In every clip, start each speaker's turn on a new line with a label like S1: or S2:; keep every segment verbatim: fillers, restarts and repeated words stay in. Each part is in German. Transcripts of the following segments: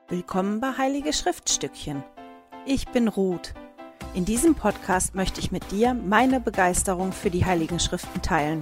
S1: Willkommen bei Heilige Schriftstückchen. Ich bin Ruth. In diesem Podcast möchte ich mit dir meine Begeisterung für die Heiligen Schriften teilen.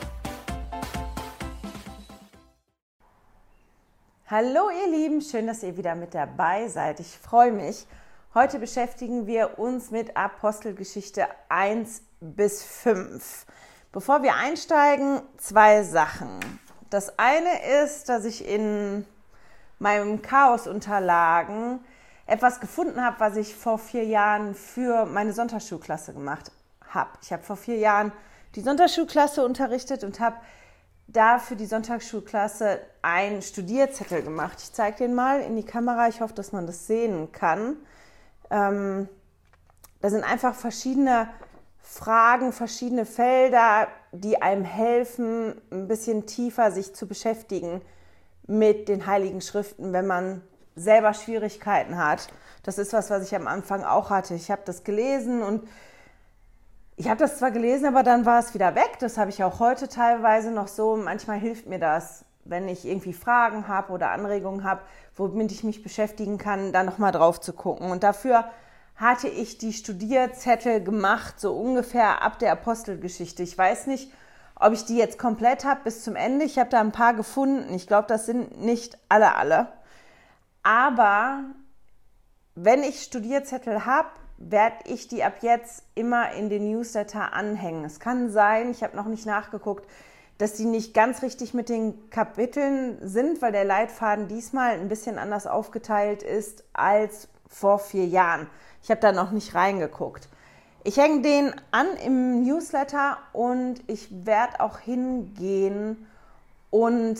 S2: Hallo ihr Lieben, schön, dass ihr wieder mit dabei seid. Ich freue mich. Heute beschäftigen wir uns mit Apostelgeschichte eins bis fünf. Bevor wir einsteigen, zwei Sachen. Das eine ist, dass ich in meinem Chaos-Unterlagen etwas gefunden habe, was ich vor vier Jahren für meine Sonntagsschulklasse gemacht habe. Ich habe vor vier Jahren die Sonntagsschulklasse unterrichtet und habe da für die Sonntagsschulklasse einen Studierzettel gemacht. Ich zeige den mal in die Kamera. Ich hoffe, dass man das sehen kann. Ähm, da sind einfach verschiedene Fragen, verschiedene Felder, die einem helfen, ein bisschen tiefer sich zu beschäftigen mit den Heiligen Schriften, wenn man selber Schwierigkeiten hat. Das ist was, was ich am Anfang auch hatte. Ich habe das gelesen und ich habe das zwar gelesen, aber dann war es wieder weg. Das habe ich auch heute teilweise noch so. Manchmal hilft mir das, wenn ich irgendwie Fragen habe oder Anregungen habe, womit ich mich beschäftigen kann, da nochmal drauf zu gucken. Und dafür hatte ich die Studierzettel gemacht, so ungefähr ab der Apostelgeschichte. Ich weiß nicht, ob ich die jetzt komplett habe bis zum Ende. Ich habe da ein paar gefunden. Ich glaube, das sind nicht alle, alle. Aber wenn ich Studierzettel habe, werde ich die ab jetzt immer in den Newsletter anhängen. Es kann sein, ich habe noch nicht nachgeguckt, dass die nicht ganz richtig mit den Kapiteln sind, weil der Leitfaden diesmal ein bisschen anders aufgeteilt ist als vor vier Jahren. Ich habe da noch nicht reingeguckt. Ich hänge den an im Newsletter und ich werde auch hingehen und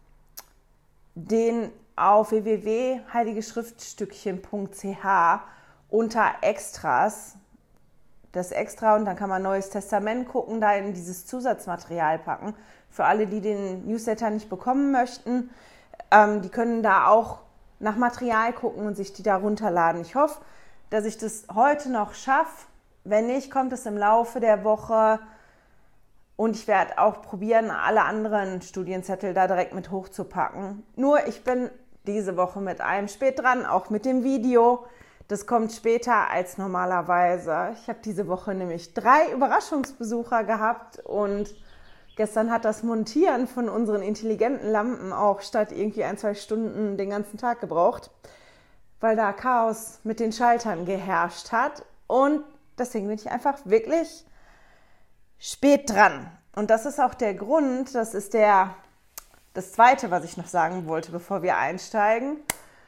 S2: den auf w w w punkt heilige schriftstückchen punkt c h unter Extras, das Extra, und dann kann man Neues Testament gucken, da in dieses Zusatzmaterial packen. Für alle, die den Newsletter nicht bekommen möchten, ähm, die können da auch nach Material gucken und sich die da runterladen. Ich hoffe, dass ich das heute noch schaffe. Wenn nicht, kommt es im Laufe der Woche und ich werde auch probieren, alle anderen Studienzettel da direkt mit hochzupacken. Nur ich bin diese Woche mit einem spät dran, auch mit dem Video. Das kommt später als normalerweise. Ich habe diese Woche nämlich drei Überraschungsbesucher gehabt und gestern hat das Montieren von unseren intelligenten Lampen auch statt irgendwie ein, zwei Stunden den ganzen Tag gebraucht, weil da Chaos mit den Schaltern geherrscht hat. Und deswegen bin ich einfach wirklich spät dran. Und das ist auch der Grund, das ist der, das Zweite, was ich noch sagen wollte, bevor wir einsteigen.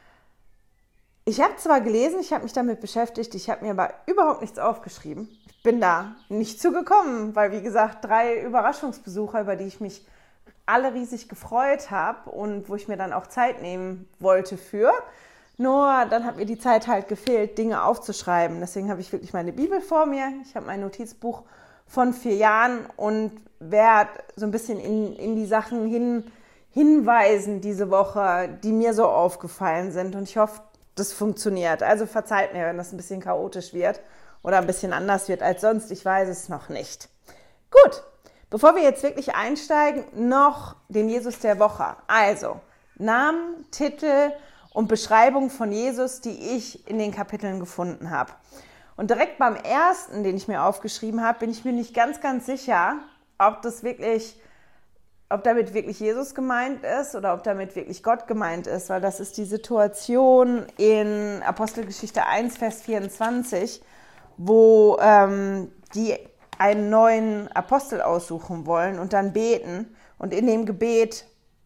S2: Ich habe zwar gelesen, ich habe mich damit beschäftigt, ich habe mir aber überhaupt nichts aufgeschrieben. Ich bin da nicht zugekommen, weil, wie gesagt, drei Überraschungsbesucher, über die ich mich alle riesig gefreut habe und wo ich mir dann auch Zeit nehmen wollte für. Nur dann hat mir die Zeit halt gefehlt, Dinge aufzuschreiben. Deswegen habe ich wirklich meine Bibel vor mir. Ich habe mein Notizbuch von vier Jahren und werde so ein bisschen in, in die Sachen hin, hinweisen diese Woche, die mir so aufgefallen sind. Und ich hoffe, das funktioniert. Also verzeiht mir, wenn das ein bisschen chaotisch wird oder ein bisschen anders wird als sonst. Ich weiß es noch nicht. Gut, bevor wir jetzt wirklich einsteigen, noch den Jesus der Woche. Also Namen, Titel und Beschreibung von Jesus, die ich in den Kapiteln gefunden habe. Und direkt beim ersten, den ich mir aufgeschrieben habe, bin ich mir nicht ganz, ganz sicher, ob das wirklich, ob damit wirklich Jesus gemeint ist oder ob damit wirklich Gott gemeint ist, weil das ist die Situation in Apostelgeschichte eins, Vers vierundzwanzig, wo ähm, die einen neuen Apostel aussuchen wollen und dann beten und in dem Gebet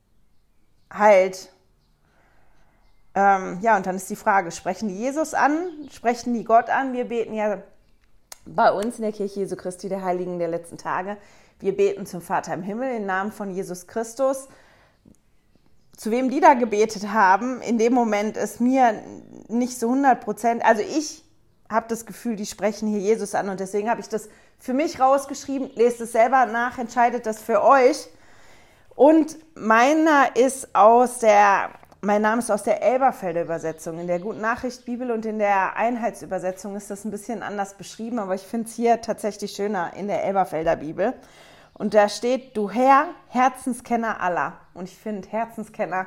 S2: halt Ähm, ja, und dann ist die Frage, sprechen die Jesus an, sprechen die Gott an? Wir beten ja bei uns in der Kirche Jesu Christi, der Heiligen der letzten Tage. Wir beten zum Vater im Himmel im Namen von Jesus Christus. Zu wem die da gebetet haben, in dem Moment ist mir nicht so hundert Prozent, also ich habe das Gefühl, die sprechen hier Jesus an und deswegen habe ich das für mich rausgeschrieben. Lest es selber nach, entscheidet das für euch. Und meiner ist aus der... Mein Name ist aus der Elberfelder Übersetzung. In der Guten Nachricht Bibel und in der Einheitsübersetzung ist das ein bisschen anders beschrieben, aber ich finde es hier tatsächlich schöner in der Elberfelder Bibel. Und da steht, du Herr, Herzenskenner aller. Und ich finde, Herzenskenner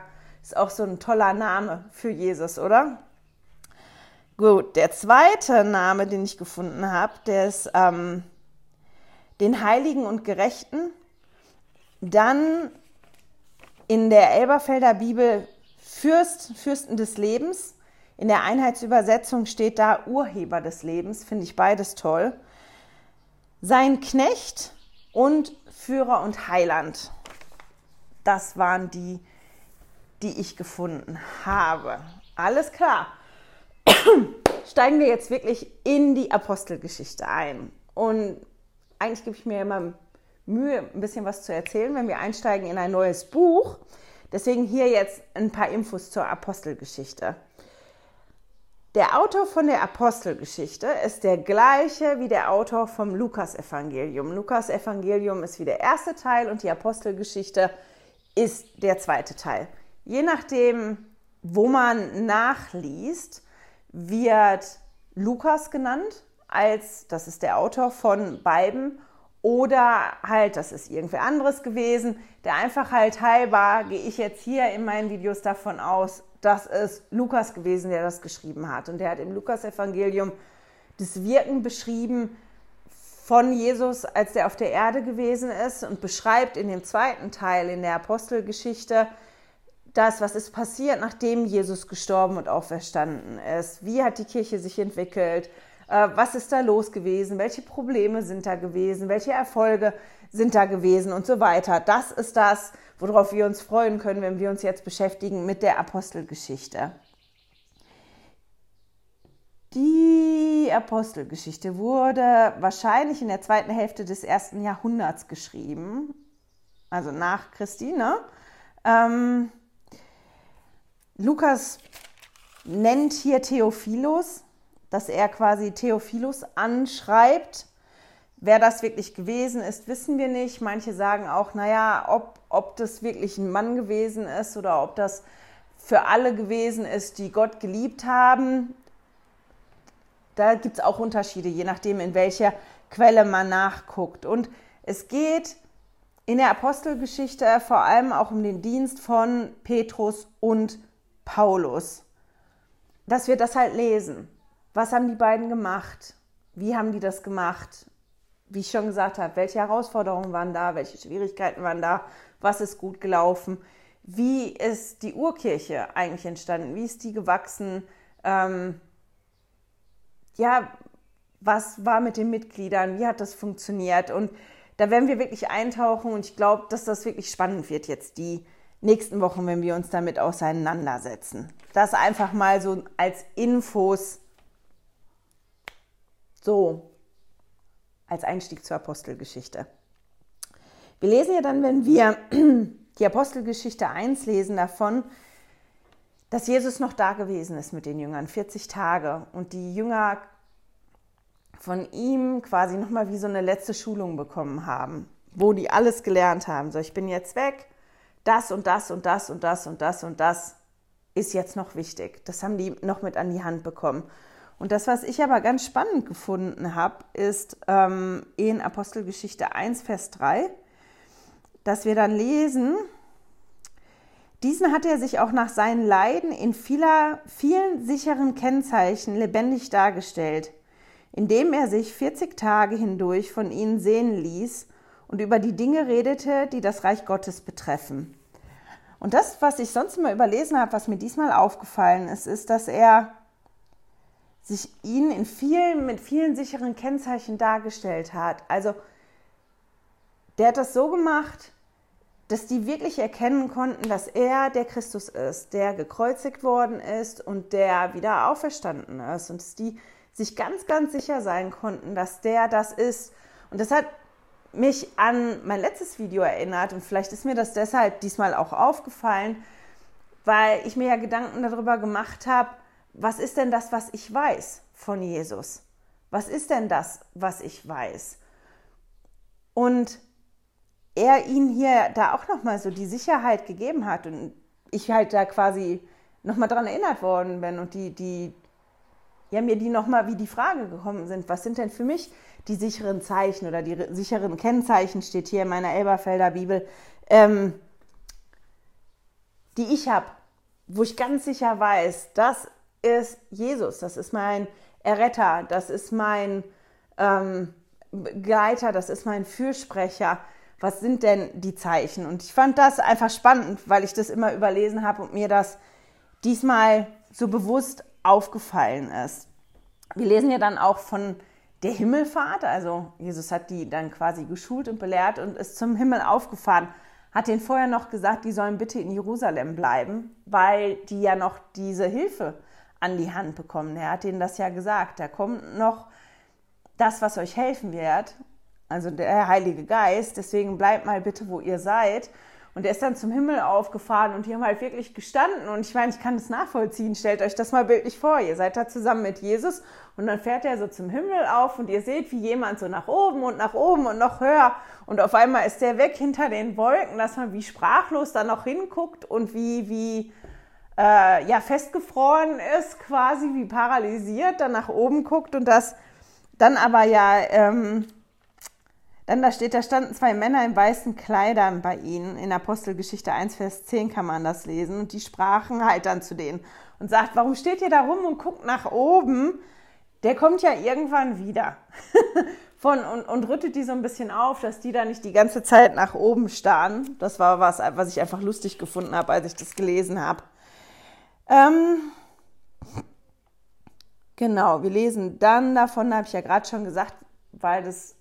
S2: Ist auch so ein toller Name für Jesus, oder? Gut, der zweite Name, den ich gefunden habe, der ist ähm, den Heiligen und Gerechten. Dann in der Elberfelder Bibel Fürst, Fürsten des Lebens. In der Einheitsübersetzung steht da Urheber des Lebens, finde ich beides toll. Sein Knecht und Führer und Heiland. Das waren die, die ich gefunden habe. Alles klar. Steigen wir jetzt wirklich in die Apostelgeschichte ein. Und eigentlich gebe ich mir immer Mühe, ein bisschen was zu erzählen, wenn wir einsteigen in ein neues Buch. Deswegen hier jetzt ein paar Infos zur Apostelgeschichte. Der Autor von der Apostelgeschichte ist der gleiche wie der Autor vom Lukas-Evangelium. Lukas-Evangelium ist wie der erste Teil und die Apostelgeschichte ist der zweite Teil. Je nachdem, wo man nachliest, wird Lukas genannt, als das ist der Autor von beiden, oder halt, das ist irgendwer anderes gewesen. Der Einfachheit halber gehe ich jetzt hier in meinen Videos davon aus, das ist Lukas gewesen, der das geschrieben hat. Und der hat im Lukas-Evangelium das Wirken beschrieben von Jesus, als der auf der Erde gewesen ist, und beschreibt in dem zweiten Teil, in der Apostelgeschichte, das, was ist passiert, nachdem Jesus gestorben und auferstanden ist. Wie hat die Kirche sich entwickelt? Was ist da los gewesen? Welche Probleme sind da gewesen? Welche Erfolge sind da gewesen? Und so weiter. Das ist das, worauf wir uns freuen können, wenn wir uns jetzt beschäftigen mit der Apostelgeschichte. Die Apostelgeschichte wurde wahrscheinlich in der zweiten Hälfte des ersten Jahrhunderts geschrieben, also nach Christi, ne? Ähm, Lukas nennt hier Theophilus, dass er quasi Theophilus anschreibt. Wer das wirklich gewesen ist, wissen wir nicht. Manche sagen auch, naja, ob, ob das wirklich ein Mann gewesen ist oder ob das für alle gewesen ist, die Gott geliebt haben. Da gibt es auch Unterschiede, je nachdem, in welcher Quelle man nachguckt. Und es geht in der Apostelgeschichte vor allem auch um den Dienst von Petrus und Paulus. Dass wir das halt lesen. Was haben die beiden gemacht? Wie haben die das gemacht? Wie ich schon gesagt habe, welche Herausforderungen waren da? Welche Schwierigkeiten waren da? Was ist gut gelaufen? Wie ist die Urkirche eigentlich entstanden? Wie ist die gewachsen? Ähm, ja, was war mit den Mitgliedern? Wie hat das funktioniert? Und da werden wir wirklich eintauchen und ich glaube, dass das wirklich spannend wird jetzt die nächsten Wochen, wenn wir uns damit auseinandersetzen. Das einfach mal so als Infos, so als Einstieg zur Apostelgeschichte. Wir lesen ja dann, wenn wir die Apostelgeschichte eins lesen, davon, dass Jesus noch da gewesen ist mit den Jüngern, vierzig Tage. Und die Jünger von ihm quasi nochmal wie so eine letzte Schulung bekommen haben, wo die alles gelernt haben. So, ich bin jetzt weg, das und das und das und das und das und das ist jetzt noch wichtig. Das haben die noch mit an die Hand bekommen. Und das, was ich aber ganz spannend gefunden habe, ist ähm, in Apostelgeschichte eins, Vers drei, dass wir dann lesen, diesen hat er sich auch nach seinen Leiden in vieler, vielen sicheren Kennzeichen lebendig dargestellt, indem er sich vierzig Tage hindurch von ihnen sehen ließ und über die Dinge redete, die das Reich Gottes betreffen. Und das, was ich sonst immer überlesen habe, was mir diesmal aufgefallen ist, ist, dass er sich ihnen in vielen, mit vielen sicheren Kennzeichen dargestellt hat. Also der hat das so gemacht, dass die wirklich erkennen konnten, dass er der Christus ist, der gekreuzigt worden ist und der wieder auferstanden ist. Und dass die sich ganz, ganz sicher sein konnten, dass der das ist. Und das hat mich an mein letztes Video erinnert und vielleicht ist mir das deshalb diesmal auch aufgefallen, weil ich mir ja Gedanken darüber gemacht habe, was ist denn das, was ich weiß von Jesus? Was ist denn das, was ich weiß? Und er ihnen hier da auch nochmal so die Sicherheit gegeben hat und ich halt da quasi nochmal dran erinnert worden bin und die, die, ja, mir die nochmal wie die Frage gekommen sind, was sind denn für mich die sicheren Zeichen oder die sicheren Kennzeichen, steht hier in meiner Elberfelder Bibel, ähm, die ich habe, wo ich ganz sicher weiß, das ist Jesus, das ist mein Erretter, das ist mein ähm, Begleiter, das ist mein Fürsprecher. Was sind denn die Zeichen? Und ich fand das einfach spannend, weil ich das immer überlesen habe und mir das diesmal so bewusst aufgefallen ist. Wir lesen ja dann auch von der Himmelfahrt, also Jesus hat die dann quasi geschult und belehrt und ist zum Himmel aufgefahren, hat denen vorher noch gesagt, die sollen bitte in Jerusalem bleiben, weil die ja noch diese Hilfe an die Hand bekommen. Er hat denen das ja gesagt, da kommt noch das, was euch helfen wird, also der Heilige Geist, deswegen bleibt mal bitte, wo ihr seid. Und er ist dann zum Himmel aufgefahren und die haben halt wirklich gestanden. Und ich meine, ich kann das nachvollziehen. Stellt euch das mal bildlich vor. Ihr seid da zusammen mit Jesus und dann fährt er so zum Himmel auf und ihr seht, wie jemand so nach oben und nach oben und noch höher. Und auf einmal ist der weg hinter den Wolken, dass man wie sprachlos da noch hinguckt und wie, wie äh, ja, festgefroren ist, quasi wie paralysiert, dann nach oben guckt und das dann aber ja... Ähm, Dann da steht, da standen zwei Männer in weißen Kleidern bei ihnen. In Apostelgeschichte eins, Vers zehn kann man das lesen. Und die sprachen halt dann zu denen und sagt, warum steht ihr da rum und guckt nach oben? Der kommt ja irgendwann wieder. Von, und, und rüttet die so ein bisschen auf, dass die da nicht die ganze Zeit nach oben starren. Das war was, was ich einfach lustig gefunden habe, als ich das gelesen habe. Ähm, genau, wir lesen dann davon, habe ich ja gerade schon gesagt, weil das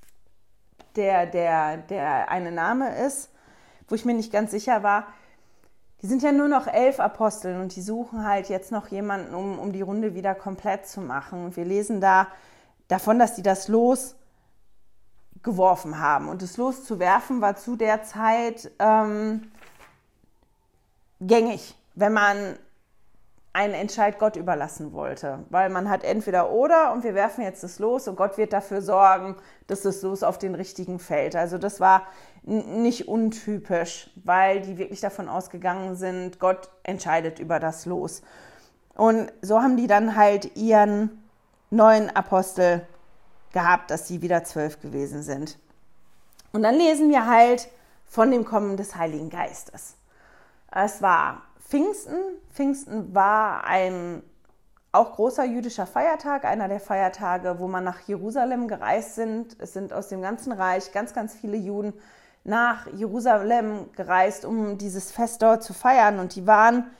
S2: Der, der, der eine Name ist, wo ich mir nicht ganz sicher war. Die sind ja nur noch elf Aposteln und die suchen halt jetzt noch jemanden, um, um die Runde wieder komplett zu machen. Und wir lesen da davon, dass die das Los geworfen haben. Und das Los zu werfen war zu der Zeit ähm, gängig, wenn man einen Entscheid Gott überlassen wollte, weil man hat entweder oder und wir werfen jetzt das Los und Gott wird dafür sorgen, dass das Los auf den richtigen fällt. Also das war n- nicht untypisch, weil die wirklich davon ausgegangen sind, Gott entscheidet über das Los. Und so haben die dann halt ihren neuen Apostel gehabt, dass sie wieder zwölf gewesen sind. Und dann lesen wir halt von dem Kommen des Heiligen Geistes. Es war Pfingsten. Pfingsten war ein auch großer jüdischer Feiertag, einer der Feiertage, wo man nach Jerusalem gereist sind. Es sind aus dem ganzen Reich ganz, ganz viele Juden nach Jerusalem gereist, um dieses Fest dort zu feiern. Und die waren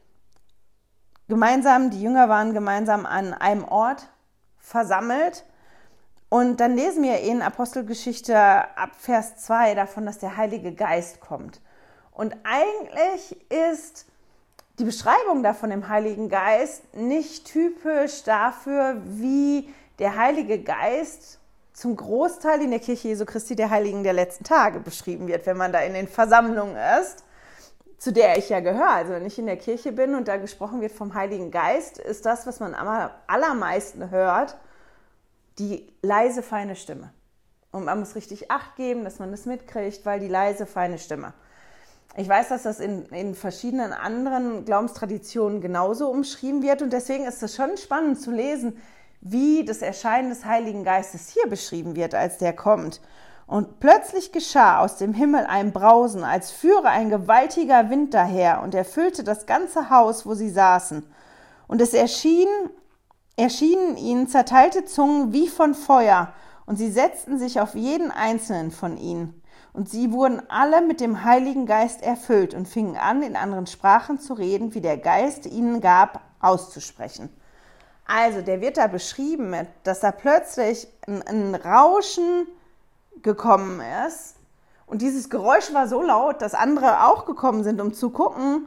S2: gemeinsam, die Jünger waren gemeinsam an einem Ort versammelt. Und dann lesen wir in Apostelgeschichte ab Vers zwei davon, dass der Heilige Geist kommt. Und eigentlich ist die Beschreibung davon im Heiligen Geist nicht typisch dafür, wie der Heilige Geist zum Großteil in der Kirche Jesu Christi der Heiligen der letzten Tage beschrieben wird, wenn man da in den Versammlungen ist, zu der ich ja gehöre. Also wenn ich in der Kirche bin und da gesprochen wird vom Heiligen Geist, ist das, was man am allermeisten hört, die leise, feine Stimme. Und man muss richtig Acht geben, dass man das mitkriegt, weil die leise, feine Stimme. Ich weiß, dass das in, in verschiedenen anderen Glaubenstraditionen genauso umschrieben wird und deswegen ist es schon spannend zu lesen, wie das Erscheinen des Heiligen Geistes hier beschrieben wird, als der kommt. Und plötzlich geschah aus dem Himmel ein Brausen, als führe ein gewaltiger Wind daher und erfüllte das ganze Haus, wo sie saßen. Und es erschien, erschienen ihnen zerteilte Zungen wie von Feuer und sie setzten sich auf jeden einzelnen von ihnen. Und sie wurden alle mit dem Heiligen Geist erfüllt und fingen an, in anderen Sprachen zu reden, wie der Geist ihnen gab, auszusprechen. Also, der wird da beschrieben, dass da plötzlich ein, ein Rauschen gekommen ist. Und dieses Geräusch war so laut, dass andere auch gekommen sind, um zu gucken,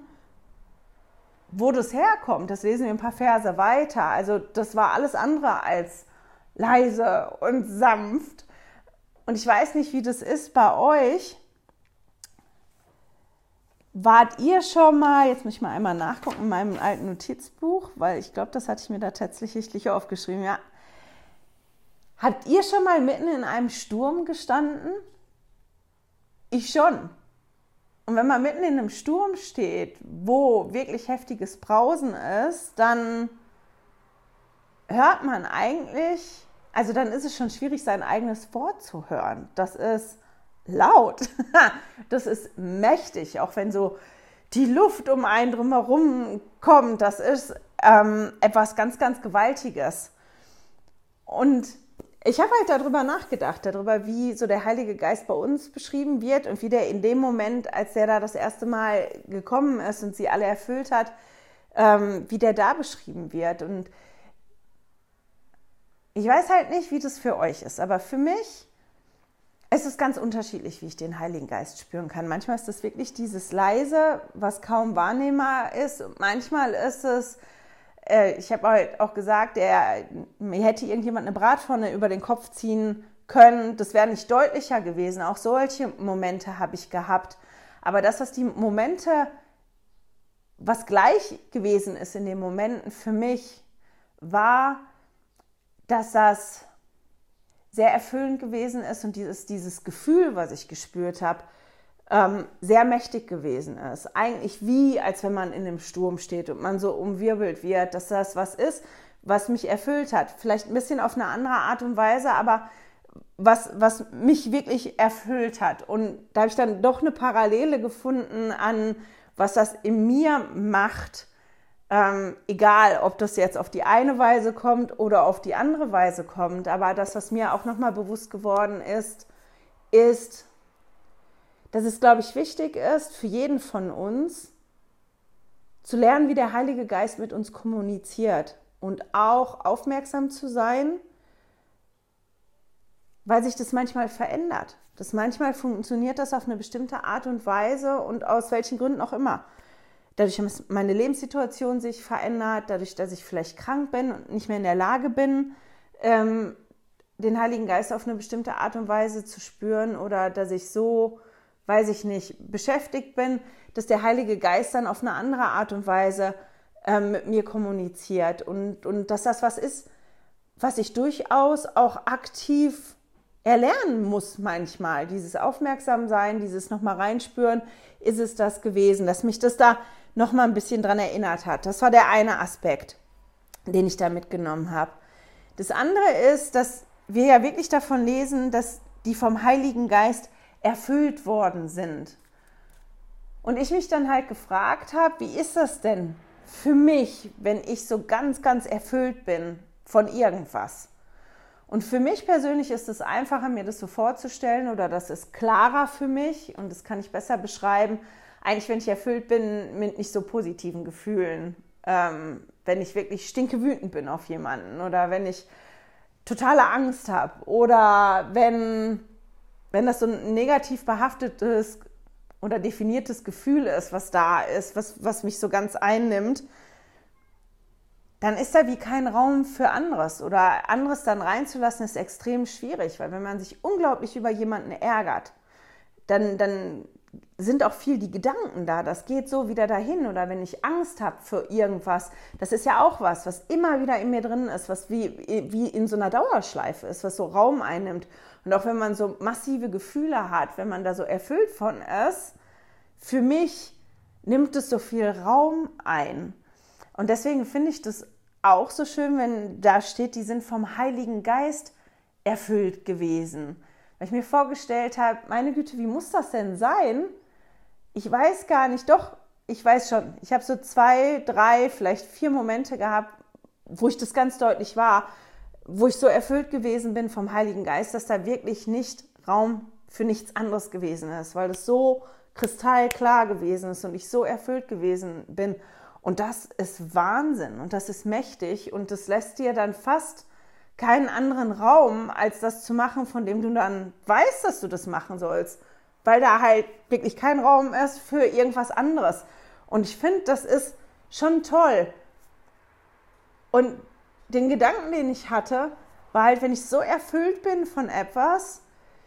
S2: wo das herkommt. Das lesen wir ein paar Verse weiter. Also, das war alles andere als leise und sanft. Und ich weiß nicht, wie das ist bei euch. Wart ihr schon mal, jetzt muss ich mal einmal nachgucken in meinem alten Notizbuch, weil ich glaube, das hatte ich mir da tatsächlich aufgeschrieben. Ja. Habt ihr schon mal mitten in einem Sturm gestanden? Ich schon. Und wenn man mitten in einem Sturm steht, wo wirklich heftiges Brausen ist, dann hört man eigentlich... Also dann ist es schon schwierig, sein eigenes Wort zu hören. Das ist laut, das ist mächtig, auch wenn so die Luft um einen drumherum kommt, das ist ähm, etwas ganz, ganz Gewaltiges. Und ich habe halt darüber nachgedacht, darüber, wie so der Heilige Geist bei uns beschrieben wird und wie der in dem Moment, als der da das erste Mal gekommen ist und sie alle erfüllt hat, ähm, wie der da beschrieben wird. Und ich weiß halt nicht, wie das für euch ist, aber für mich ist es ganz unterschiedlich, wie ich den Heiligen Geist spüren kann. Manchmal ist es wirklich dieses Leise, was kaum wahrnehmbar ist. Und manchmal ist es, äh, ich habe halt auch gesagt, er, mir hätte irgendjemand eine Bratpfanne über den Kopf ziehen können. Das wäre nicht deutlicher gewesen. Auch solche Momente habe ich gehabt. Aber das, was die Momente, was gleich gewesen ist in den Momenten für mich, war, dass das sehr erfüllend gewesen ist und dieses, dieses Gefühl, was ich gespürt habe, ähm, sehr mächtig gewesen ist. Eigentlich wie, als wenn man in einem Sturm steht und man so umwirbelt wird, dass das was ist, was mich erfüllt hat. Vielleicht ein bisschen auf eine andere Art und Weise, aber was, was mich wirklich erfüllt hat. Und da habe ich dann doch eine Parallele gefunden an, was das in mir macht. Ähm, egal, ob das jetzt auf die eine Weise kommt oder auf die andere Weise kommt. Aber das, was mir auch nochmal bewusst geworden ist, ist, dass es, glaube ich, wichtig ist, für jeden von uns zu lernen, wie der Heilige Geist mit uns kommuniziert und auch aufmerksam zu sein, weil sich das manchmal verändert. Das manchmal funktioniert das auf eine bestimmte Art und Weise und aus welchen Gründen auch immer. Dadurch, dass meine Lebenssituation sich verändert, dadurch, dass ich vielleicht krank bin und nicht mehr in der Lage bin, ähm, den Heiligen Geist auf eine bestimmte Art und Weise zu spüren oder dass ich so, weiß ich nicht, beschäftigt bin, dass der Heilige Geist dann auf eine andere Art und Weise ähm, mit mir kommuniziert und, und dass das was ist, was ich durchaus auch aktiv erlernen muss manchmal. Dieses Aufmerksamsein, dieses nochmal reinspüren, ist es das gewesen, dass mich das da noch mal ein bisschen dran erinnert hat. Das war der eine Aspekt, den ich da mitgenommen habe. Das andere ist, dass wir ja wirklich davon lesen, dass die vom Heiligen Geist erfüllt worden sind. Und ich mich dann halt gefragt habe, wie ist das denn für mich, wenn ich so ganz, ganz erfüllt bin von irgendwas? Und für mich persönlich ist es einfacher, mir das so vorzustellen oder das ist klarer für mich und das kann ich besser beschreiben, eigentlich, wenn ich erfüllt bin mit nicht so positiven Gefühlen, ähm, wenn ich wirklich stinkewütend bin auf jemanden oder wenn ich totale Angst habe oder wenn, wenn das so ein negativ behaftetes oder definiertes Gefühl ist, was da ist, was, was mich so ganz einnimmt, dann ist da wie kein Raum für anderes oder anderes dann reinzulassen ist extrem schwierig, weil wenn man sich unglaublich über jemanden ärgert, dann, dann sind auch viel die Gedanken da, das geht so wieder dahin oder wenn ich Angst habe für irgendwas, das ist ja auch was, was immer wieder in mir drin ist, was wie, wie in so einer Dauerschleife ist, was so Raum einnimmt und auch wenn man so massive Gefühle hat, wenn man da so erfüllt von ist, für mich nimmt es so viel Raum ein und deswegen finde ich das auch so schön, wenn da steht, die sind vom Heiligen Geist erfüllt gewesen. Weil ich mir vorgestellt habe, meine Güte, wie muss das denn sein? Ich weiß gar nicht, doch, ich weiß schon. Ich habe so zwei, drei, vielleicht vier Momente gehabt, wo ich das ganz deutlich war, wo ich so erfüllt gewesen bin vom Heiligen Geist, dass da wirklich nicht Raum für nichts anderes gewesen ist, weil das so kristallklar gewesen ist und ich so erfüllt gewesen bin. Und das ist Wahnsinn und das ist mächtig und das lässt dir dann fast keinen anderen Raum, als das zu machen, von dem du dann weißt, dass du das machen sollst, weil da halt wirklich kein Raum ist für irgendwas anderes. Und ich finde, das ist schon toll. Und den Gedanken, den ich hatte, war halt, wenn ich so erfüllt bin von etwas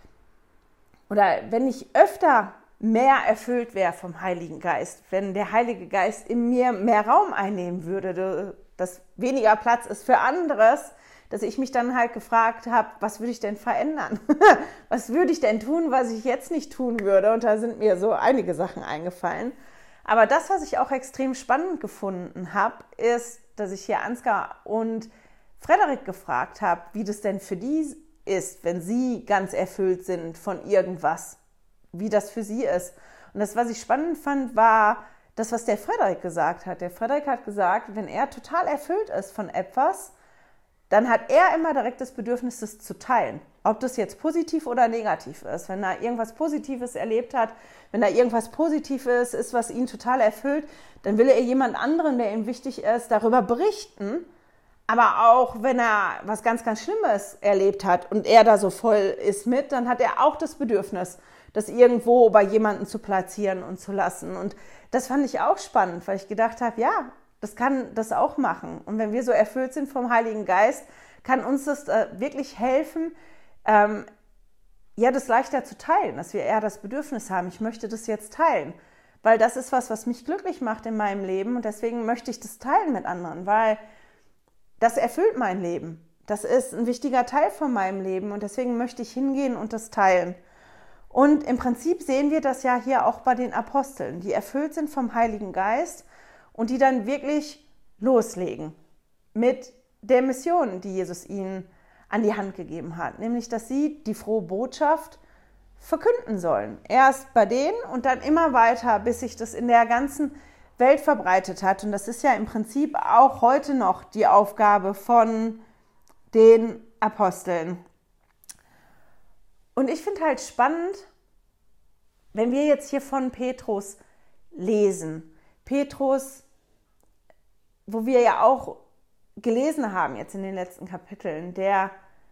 S2: oder wenn ich öfter mehr erfüllt wäre vom Heiligen Geist, wenn der Heilige Geist in mir mehr Raum einnehmen würde, dass weniger Platz ist für anderes, dass ich mich dann halt gefragt habe, was würde ich denn verändern? Was würde ich denn tun, was ich jetzt nicht tun würde? Und da sind mir so einige Sachen eingefallen. Aber das, was ich auch extrem spannend gefunden habe, ist, dass ich hier Ansgar und Frederik gefragt habe, wie das denn für die ist, wenn sie ganz erfüllt sind von irgendwas, wie das für sie ist. Und das, was ich spannend fand, war, das, was der Frederik gesagt hat. Der Frederik hat gesagt, wenn er total erfüllt ist von etwas, dann hat er immer direkt das Bedürfnis, das zu teilen. Ob das jetzt positiv oder negativ ist. Wenn er irgendwas Positives erlebt hat, wenn da irgendwas Positives ist, was ihn total erfüllt, dann will er jemand anderen, der ihm wichtig ist, darüber berichten. Aber auch wenn er was ganz, ganz Schlimmes erlebt hat und er da so voll ist mit, dann hat er auch das Bedürfnis, das irgendwo bei jemandem zu platzieren und zu lassen. Und das fand ich auch spannend, weil ich gedacht habe, ja, das kann das auch machen. Und wenn wir so erfüllt sind vom Heiligen Geist, kann uns das äh, wirklich helfen, ähm, ja, das leichter zu teilen, dass wir eher das Bedürfnis haben, ich möchte das jetzt teilen. Weil das ist was, was mich glücklich macht in meinem Leben und deswegen möchte ich das teilen mit anderen, weil das erfüllt mein Leben. Das ist ein wichtiger Teil von meinem Leben und deswegen möchte ich hingehen und das teilen. Und im Prinzip sehen wir das ja hier auch bei den Aposteln, die erfüllt sind vom Heiligen Geist und die dann wirklich loslegen mit der Mission, die Jesus ihnen an die Hand gegeben hat, nämlich, dass sie die frohe Botschaft verkünden sollen. Erst bei denen und dann immer weiter, bis sich das in der ganzen Welt verbreitet hat. Und das ist ja im Prinzip auch heute noch die Aufgabe von den Aposteln. Und ich finde halt spannend, wenn wir jetzt hier von Petrus lesen. Petrus, wo wir ja auch gelesen haben jetzt in den letzten Kapiteln, der,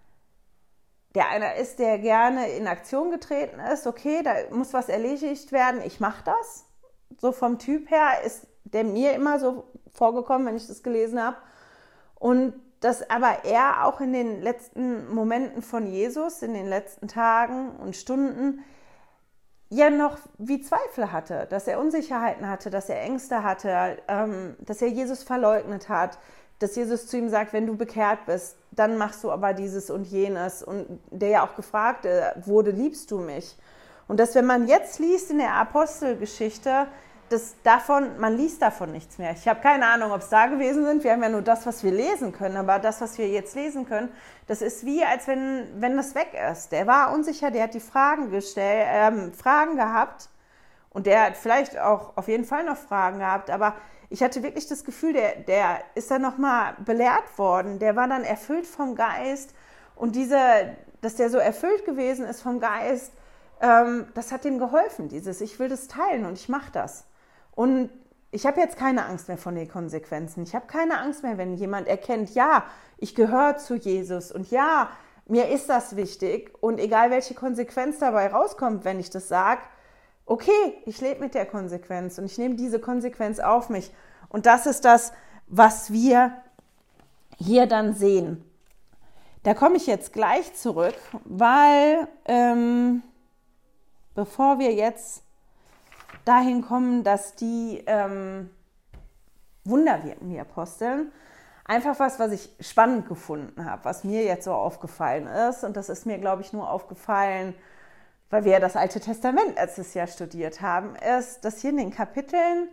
S2: der einer ist, der gerne in Aktion getreten ist. Okay, da muss was erledigt werden, ich mache das. So vom Typ her ist der mir immer so vorgekommen, wenn ich das gelesen habe. Und dass aber er auch in den letzten Momenten von Jesus, in den letzten Tagen und Stunden, ja noch wie Zweifel hatte, dass er Unsicherheiten hatte, dass er Ängste hatte, ähm, dass er Jesus verleugnet hat, dass Jesus zu ihm sagt, wenn du bekehrt bist, dann machst du aber dieses und jenes. Und der ja auch gefragt wurde, liebst du mich? Und dass, wenn man jetzt liest in der Apostelgeschichte, das davon, man liest davon nichts mehr. Ich habe keine Ahnung, ob es da gewesen sind. Wir haben ja nur das, was wir lesen können. Aber das, was wir jetzt lesen können, das ist wie, als wenn, wenn das weg ist. Der war unsicher, der hat die Fragen gestellt, ähm, Fragen gehabt. Und der hat vielleicht auch auf jeden Fall noch Fragen gehabt. Aber ich hatte wirklich das Gefühl, der, der ist dann nochmal belehrt worden. Der war dann erfüllt vom Geist. Und diese, dass der so erfüllt gewesen ist vom Geist, ähm, das hat ihm geholfen. Dieses, ich will das teilen und ich mache das. Und ich habe jetzt keine Angst mehr von den Konsequenzen. Ich habe keine Angst mehr, wenn jemand erkennt, ja, ich gehöre zu Jesus und ja, mir ist das wichtig. Und egal, welche Konsequenz dabei rauskommt, wenn ich das sage, okay, ich lebe mit der Konsequenz und ich nehme diese Konsequenz auf mich. Und das ist das, was wir hier dann sehen. Da komme ich jetzt gleich zurück, weil ähm, bevor wir jetzt dahin kommen, dass die ähm, Wunder wirken, die Aposteln, einfach was, was ich spannend gefunden habe, was mir jetzt so aufgefallen ist. Und das ist mir, glaube ich, nur aufgefallen, weil wir ja das Alte Testament letztes Jahr studiert haben, ist, dass hier in den Kapiteln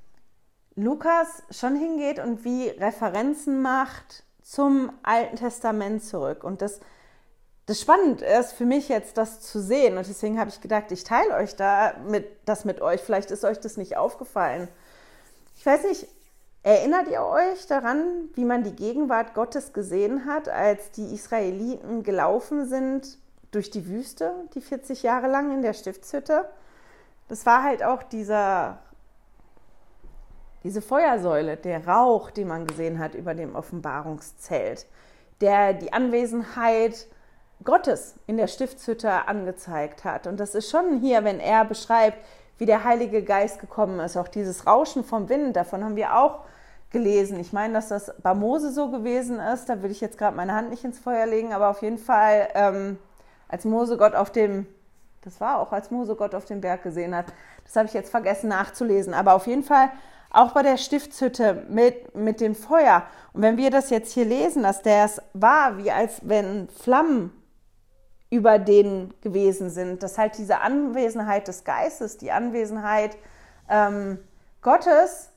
S2: Lukas schon hingeht und wie Referenzen macht zum Alten Testament zurück. Und das, das spannend ist für mich jetzt, das zu sehen. Und deswegen habe ich gedacht, ich teile euch da mit, das mit euch. Vielleicht ist euch das nicht aufgefallen. Ich weiß nicht, erinnert ihr euch daran, wie man die Gegenwart Gottes gesehen hat, als die Israeliten gelaufen sind durch die Wüste, die vierzig Jahre lang in der Stiftshütte? Das war halt auch dieser, diese Feuersäule, der Rauch, den man gesehen hat über dem Offenbarungszelt, der die Anwesenheit Gottes in der Stiftshütte angezeigt hat. Und das ist schon hier, wenn er beschreibt, wie der Heilige Geist gekommen ist, auch dieses Rauschen vom Wind, davon haben wir auch gelesen. Ich meine, dass das bei Mose so gewesen ist, da will ich jetzt gerade meine Hand nicht ins Feuer legen, aber auf jeden Fall, ähm, als Mose Gott auf dem, das war auch, als Mose Gott auf dem Berg gesehen hat, das habe ich jetzt vergessen nachzulesen, aber auf jeden Fall auch bei der Stiftshütte mit, mit dem Feuer. Und wenn wir das jetzt hier lesen, dass das war, wie als wenn Flammen über denen gewesen sind, dass halt diese Anwesenheit des Geistes, die Anwesenheit ähm, Gottes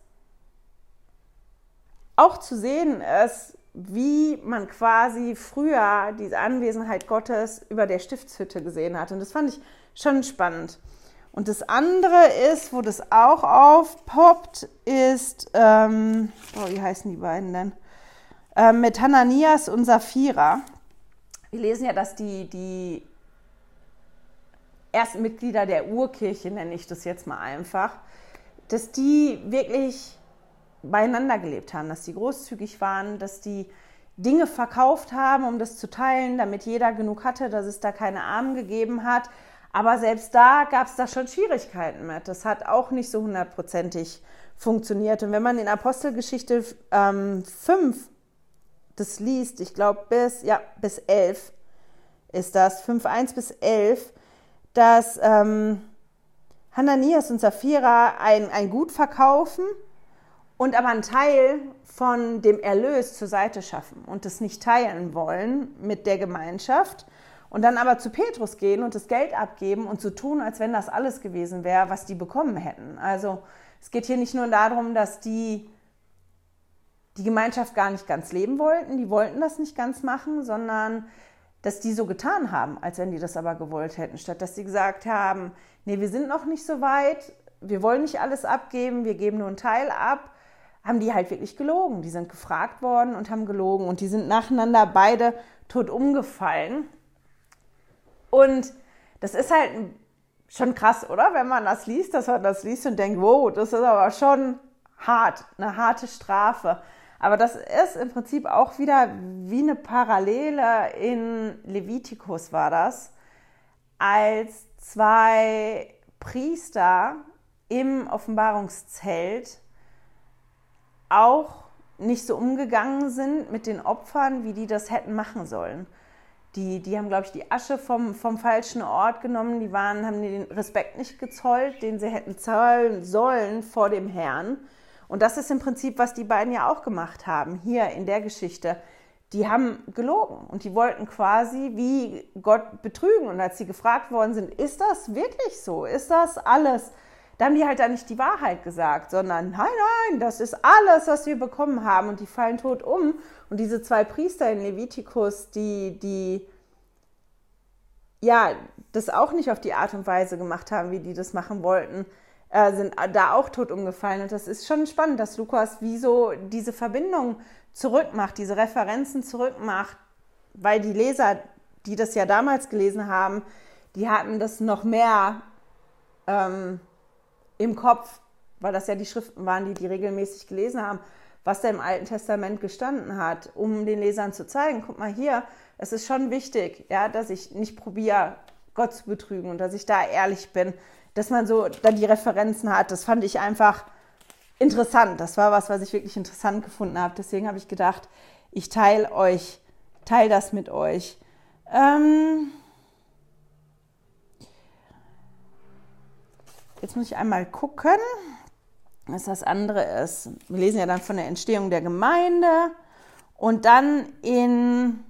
S2: auch zu sehen ist, wie man quasi früher diese Anwesenheit Gottes über der Stiftshütte gesehen hat. Und das fand ich schon spannend. Und das andere ist, wo das auch aufpoppt, ist, ähm, oh, wie heißen die beiden denn? Ähm, mit Hananias und Sapphira. Wir lesen ja, dass die, die ersten Mitglieder der Urkirche, nenne ich das jetzt mal einfach, dass die wirklich beieinander gelebt haben, dass die großzügig waren, dass die Dinge verkauft haben, um das zu teilen, damit jeder genug hatte, dass es da keine Armen gegeben hat. Aber selbst da gab es da schon Schwierigkeiten mit. Das hat auch nicht so hundertprozentig funktioniert. Und wenn man in Apostelgeschichte ähm, fünf das liest, ich glaube bis, ja, bis elf ist das, fünf eins bis elf, dass ähm, Hananias und Sapphira ein, ein Gut verkaufen und aber einen Teil von dem Erlös zur Seite schaffen und das nicht teilen wollen mit der Gemeinschaft und dann aber zu Petrus gehen und das Geld abgeben und so tun, als wenn das alles gewesen wäre, was die bekommen hätten. Also es geht hier nicht nur darum, dass die die Gemeinschaft gar nicht ganz leben wollten, die wollten das nicht ganz machen, sondern dass die so getan haben, als wenn die das aber gewollt hätten, statt dass sie gesagt haben, nee, wir sind noch nicht so weit, wir wollen nicht alles abgeben, wir geben nur einen Teil ab, haben die halt wirklich gelogen. Die sind gefragt worden und haben gelogen und die sind nacheinander beide tot umgefallen. Und das ist halt schon krass, oder? Wenn man das liest, dass man das liest und denkt, wow, das ist aber schon hart, eine harte Strafe. Aber das ist im Prinzip auch wieder wie eine Parallele in Levitikus war das, als zwei Priester im Offenbarungszelt auch nicht so umgegangen sind mit den Opfern, wie die das hätten machen sollen. Die, die haben, glaube ich, die Asche vom, vom falschen Ort genommen, die waren, haben den Respekt nicht gezollt, den sie hätten zollen sollen vor dem Herrn. Und das ist im Prinzip, was die beiden ja auch gemacht haben, hier in der Geschichte. Die haben gelogen und die wollten quasi wie Gott betrügen. Und als sie gefragt worden sind, ist das wirklich so? Ist das alles? Da haben die halt dann nicht die Wahrheit gesagt, sondern nein, nein, das ist alles, was wir bekommen haben. Und die fallen tot um. Und diese zwei Priester in Levitikus, die, die ja, das auch nicht auf die Art und Weise gemacht haben, wie die das machen wollten, sind da auch tot umgefallen. Und das ist schon spannend, dass Lukas wie so diese Verbindung zurückmacht, diese Referenzen zurückmacht, weil die Leser, die das ja damals gelesen haben, die hatten das noch mehr ähm, im Kopf, weil das ja die Schriften waren, die die regelmäßig gelesen haben, was da im Alten Testament gestanden hat, um den Lesern zu zeigen, guck mal hier, es ist schon wichtig, ja, dass ich nicht probiere, Gott zu betrügen und dass ich da ehrlich bin, dass man so dann die Referenzen hat. Das fand ich einfach interessant. Das war was, was ich wirklich interessant gefunden habe. Deswegen habe ich gedacht, ich teile euch, teile das mit euch. Ähm Jetzt muss ich einmal gucken, was das andere ist. Wir lesen ja dann von der Entstehung der Gemeinde und dann in,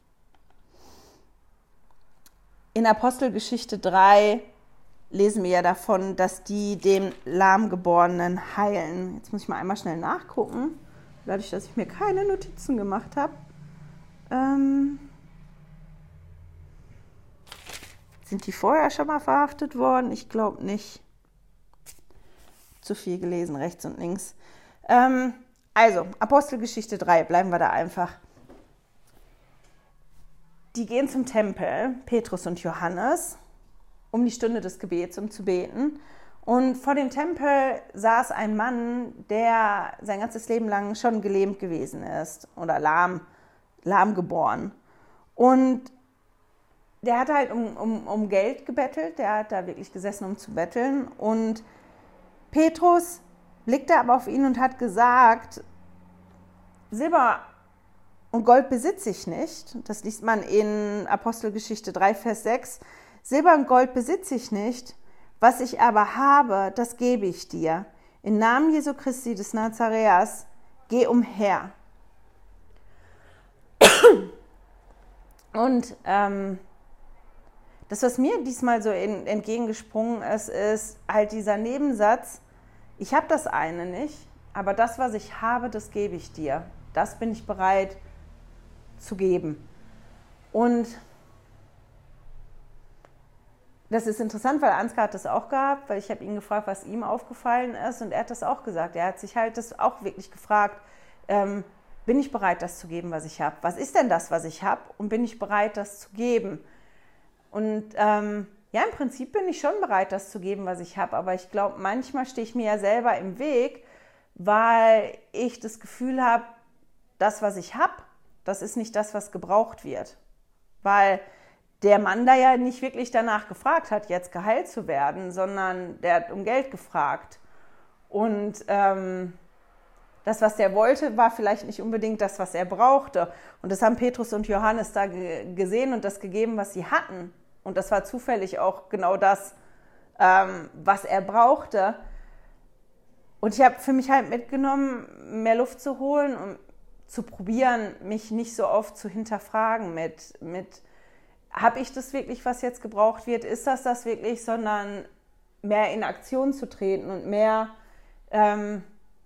S2: in Apostelgeschichte drei lesen wir ja davon, dass die den Lahmgeborenen heilen. Jetzt muss ich mal einmal schnell nachgucken, dadurch, dass ich mir keine Notizen gemacht habe. Ähm, sind die vorher schon mal verhaftet worden? Ich glaube nicht. Zu viel gelesen, rechts und links. Ähm, also, Apostelgeschichte drei, bleiben wir da einfach. Die gehen zum Tempel, Petrus und Johannes, um die Stunde des Gebets, um zu beten. Und vor dem Tempel saß ein Mann, der sein ganzes Leben lang schon gelähmt gewesen ist oder lahm, lahm geboren. Und der hat halt um, um, um Geld gebettelt, der hat da wirklich gesessen, um zu betteln. Und Petrus blickte aber auf ihn und hat gesagt, Silber und Gold besitze ich nicht. Das liest man in Apostelgeschichte drei, Vers sechs. Silber und Gold besitze ich nicht, was ich aber habe, das gebe ich dir. Im Namen Jesu Christi des Nazareas, geh umher. Und ähm, das, was mir diesmal so in, entgegengesprungen ist, ist halt dieser Nebensatz, ich habe das eine nicht, aber das, was ich habe, das gebe ich dir. Das bin ich bereit zu geben. Und das ist interessant, weil Ansgar hat das auch gehabt, weil ich habe ihn gefragt, was ihm aufgefallen ist und er hat das auch gesagt. Er hat sich halt das auch wirklich gefragt, ähm, bin ich bereit, das zu geben, was ich habe? Was ist denn das, was ich habe? Und bin ich bereit, das zu geben? Und ähm, ja, im Prinzip bin ich schon bereit, das zu geben, was ich habe. Aber ich glaube, manchmal stehe ich mir ja selber im Weg, weil ich das Gefühl habe, das, was ich habe, das ist nicht das, was gebraucht wird. Weil der Mann da ja nicht wirklich danach gefragt hat, jetzt geheilt zu werden, sondern der hat um Geld gefragt. Und ähm, das, was der wollte, war vielleicht nicht unbedingt das, was er brauchte. Und das haben Petrus und Johannes da ge- gesehen und das gegeben, was sie hatten. Und das war zufällig auch genau das, ähm, was er brauchte. Und ich habe für mich halt mitgenommen, mehr Luft zu holen und zu probieren, mich nicht so oft zu hinterfragen mit, mit habe ich das wirklich, was jetzt gebraucht wird? Ist das das wirklich? Sondern mehr in Aktion zu treten und mehr, ähm,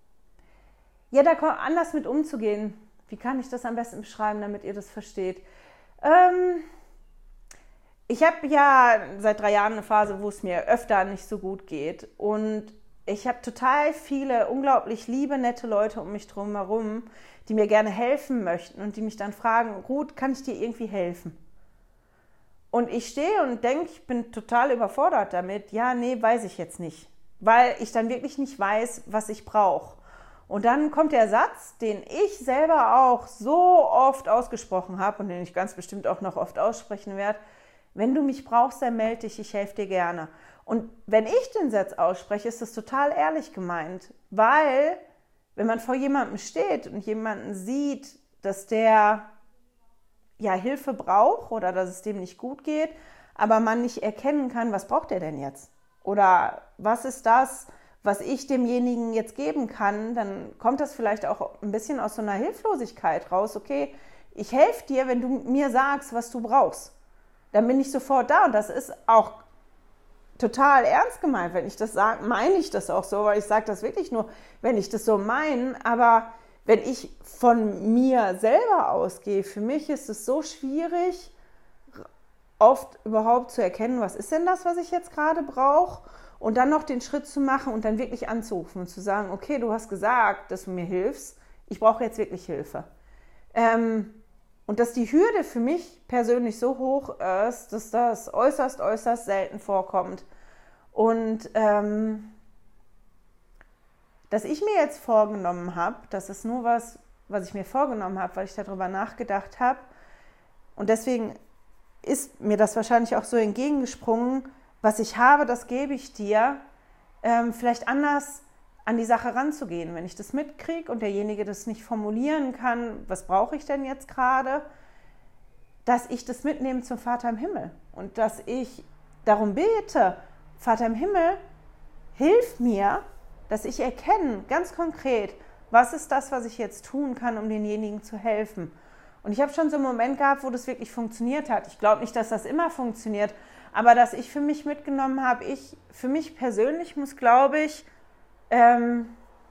S2: ja, da anders mit umzugehen. Wie kann ich das am besten beschreiben, damit ihr das versteht? Ähm, ich habe ja seit drei Jahren eine Phase, wo es mir öfter nicht so gut geht. Und ich habe total viele unglaublich liebe, nette Leute um mich drum herum, die mir gerne helfen möchten und die mich dann fragen, Ruth, kann ich dir irgendwie helfen? Und ich stehe und denke, ich bin total überfordert damit. Ja, nee, weiß ich jetzt nicht. Weil ich dann wirklich nicht weiß, was ich brauche. Und dann kommt der Satz, den ich selber auch so oft ausgesprochen habe und den ich ganz bestimmt auch noch oft aussprechen werde. Wenn du mich brauchst, dann melde dich, ich helfe dir gerne. Und wenn ich den Satz ausspreche, ist das total ehrlich gemeint. Weil, wenn man vor jemandem steht und jemanden sieht, dass der ja, Hilfe braucht oder dass es dem nicht gut geht, aber man nicht erkennen kann, was braucht er denn jetzt? Oder was ist das, was ich demjenigen jetzt geben kann, dann kommt das vielleicht auch ein bisschen aus so einer Hilflosigkeit raus. Okay, ich helfe dir, wenn du mir sagst, was du brauchst. Dann bin ich sofort da und das ist auch total ernst gemeint. Wenn ich das sage, meine ich das auch so, weil ich sage das wirklich nur, wenn ich das so meine, aber wenn ich von mir selber ausgehe, für mich ist es so schwierig, oft überhaupt zu erkennen, was ist denn das, was ich jetzt gerade brauche und dann noch den Schritt zu machen und dann wirklich anzurufen und zu sagen, okay, du hast gesagt, dass du mir hilfst, ich brauche jetzt wirklich Hilfe. Ähm, und dass die Hürde für mich persönlich so hoch ist, dass das äußerst, äußerst selten vorkommt. Und ähm, dass ich mir jetzt vorgenommen habe, das ist nur was, was ich mir vorgenommen habe, weil ich darüber nachgedacht habe. Und deswegen ist mir das wahrscheinlich auch so entgegengesprungen, was ich habe, das gebe ich dir, ähm, vielleicht anders an die Sache ranzugehen. Wenn ich das mitkriege und derjenige das nicht formulieren kann, was brauche ich denn jetzt gerade, dass ich das mitnehme zum Vater im Himmel und dass ich darum bete, Vater im Himmel, hilf mir, dass ich erkenne, ganz konkret, was ist das, was ich jetzt tun kann, um denjenigen zu helfen. Und ich habe schon so einen Moment gehabt, wo das wirklich funktioniert hat. Ich glaube nicht, dass das immer funktioniert, aber dass ich für mich mitgenommen habe, ich, für mich persönlich muss, glaube ich, ähm,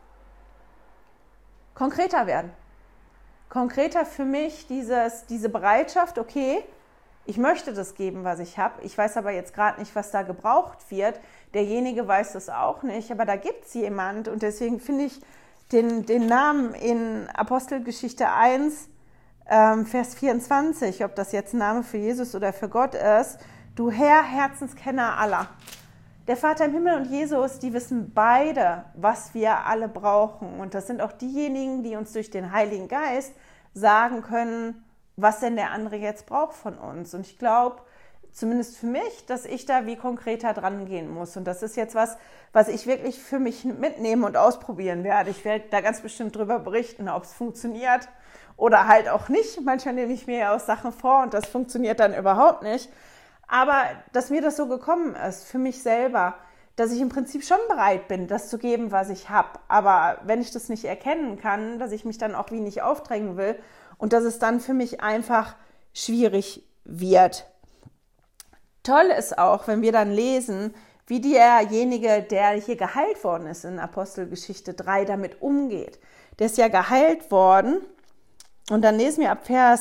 S2: konkreter werden. Konkreter für mich dieses, diese Bereitschaft, okay, ich möchte das geben, was ich habe. Ich weiß aber jetzt gerade nicht, was da gebraucht wird. Derjenige weiß das auch nicht, aber da gibt es jemand. Und deswegen finde ich den, den Namen in Apostelgeschichte eins, ähm, Vers vierundzwanzig, ob das jetzt ein Name für Jesus oder für Gott ist, du Herr, Herzenskenner aller. Der Vater im Himmel und Jesus, die wissen beide, was wir alle brauchen. Und das sind auch diejenigen, die uns durch den Heiligen Geist sagen können, was denn der andere jetzt braucht von uns. Und ich glaube, zumindest für mich, dass ich da wie konkreter dran gehen muss. Und das ist jetzt was, was ich wirklich für mich mitnehmen und ausprobieren werde. Ich werde da ganz bestimmt drüber berichten, ob es funktioniert oder halt auch nicht. Manchmal nehme ich mir ja auch Sachen vor und das funktioniert dann überhaupt nicht. Aber dass mir das so gekommen ist, für mich selber, dass ich im Prinzip schon bereit bin, das zu geben, was ich habe. Aber wenn ich das nicht erkennen kann, dass ich mich dann auch wie nicht aufdrängen will und dass es dann für mich einfach schwierig wird. Toll ist auch, wenn wir dann lesen, wie derjenige, der hier geheilt worden ist in Apostelgeschichte drei, damit umgeht. Der ist ja geheilt worden und dann lesen wir ab Vers